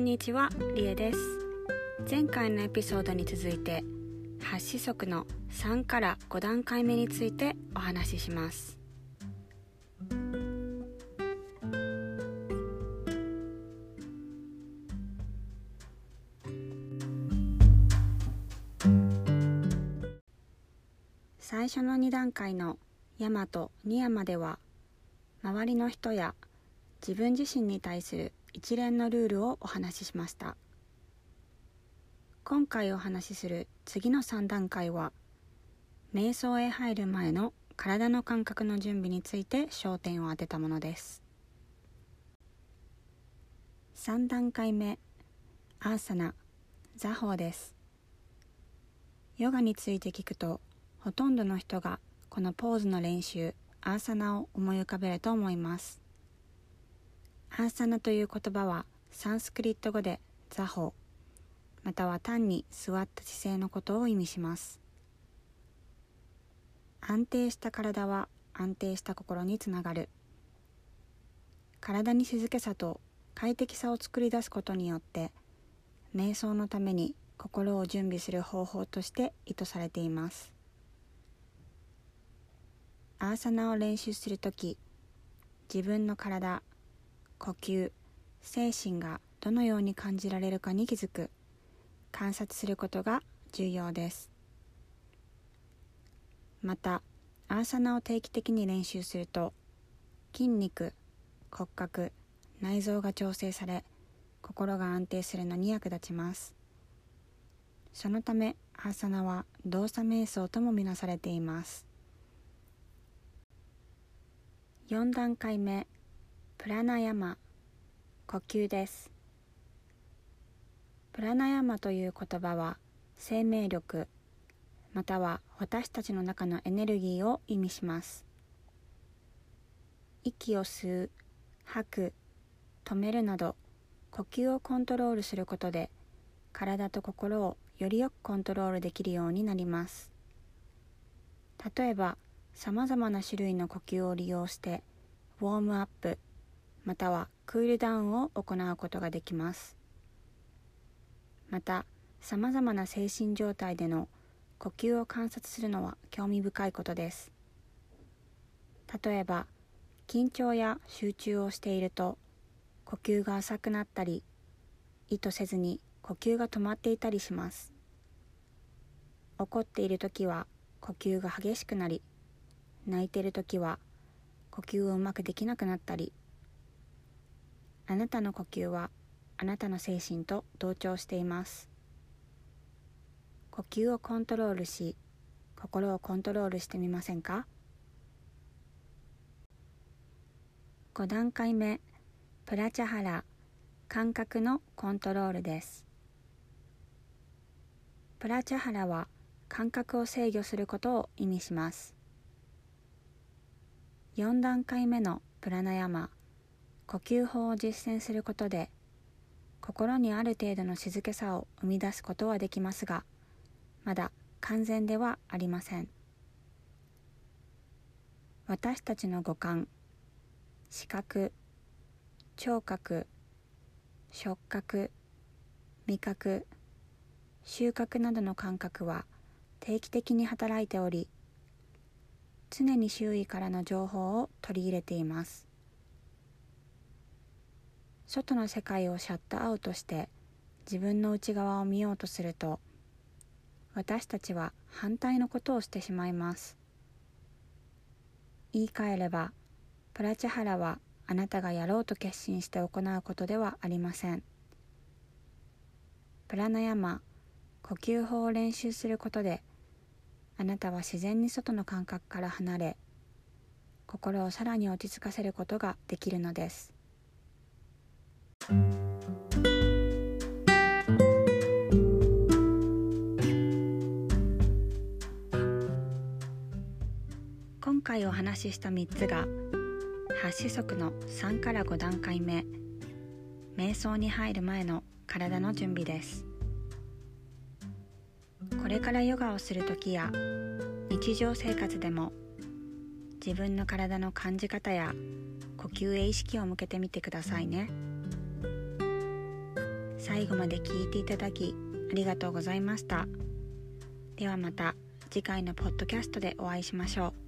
にちは、りえです。前回のエピソードに続いて8子則の3から5段階目についてお話しします。最初の2段階の山と二山では、周りの人や自分自身に対する一連のルールをお話ししました。今回お話しする次の3段階は、瞑想へ入る前の体の感覚の準備について焦点を当てたものです。3段階目、アーサナ、座法です。ヨガについて聞くと、ほとんどの人がこのポーズの練習、アーサナを思い浮かべると思います。アーサナという言葉はサンスクリット語で座法、または単に座った姿勢のことを意味します。安定した体は安定した心につながる。体に静けさと快適さを作り出すことによって、瞑想のために心を準備する方法として意図されています。アーサナを練習するとき、自分の体、呼吸、精神がどのように感じられるかに気づく、観察することが重要です。また、アーサナを定期的に練習すると、筋肉、骨格、内臓が調整され、心が安定するのに役立ちます。そのため、アーサナは動作瞑想ともみなされています。4段階目、プラナヤマ、呼吸です。プラナヤマという言葉は生命力、または私たちの中のエネルギーを意味します。息を吸う、吐く、止めるなど、呼吸をコントロールすることで、体と心をよりよくコントロールできるようになります。例えば、さまざまな種類の呼吸を利用して、ウォームアップ、またはクールダウンを行うことができます。また、さまざまな精神状態での呼吸を観察するのは興味深いことです。例えば、緊張や集中をしていると、呼吸が浅くなったり、意図せずに呼吸が止まっていたりします。怒っているときは呼吸が激しくなり、泣いているときは呼吸をうまくできなくなったり、あなたの呼吸はあなたの精神と同調しています。呼吸をコントロールし、心をコントロールしてみませんか？ 5 段階目、プラチャハラ、感覚のコントロールです。プラチャハラは感覚を制御することを意味します。4段階目のプラナヤマ、呼吸法を実践することで、心にある程度の静けさを生み出すことはできますが、まだ完全ではありません。私たちの五感、視覚、聴覚、触覚、味覚、収穫などの感覚は定期的に働いており、常に周囲からの情報を取り入れています。外の世界をシャットアウトして自分の内側を見ようとすると、私たちは反対のことをしてしまいます。言い換えれば、プラチャハラはあなたがやろうと決心して行うことではありません。プラナヤマ、呼吸法を練習することで、あなたは自然に外の感覚から離れ、心をさらに落ち着かせることができるのです。今回お話しした3つが、8子則の3から5段階目、瞑想に入る前の体の準備です。これからヨガをするときや日常生活でも、自分の体の感じ方や呼吸へ意識を向けてみてくださいね。 最後まで聞いていただきありがとうございました。ではまた次回のポッドキャストでお会いしましょう。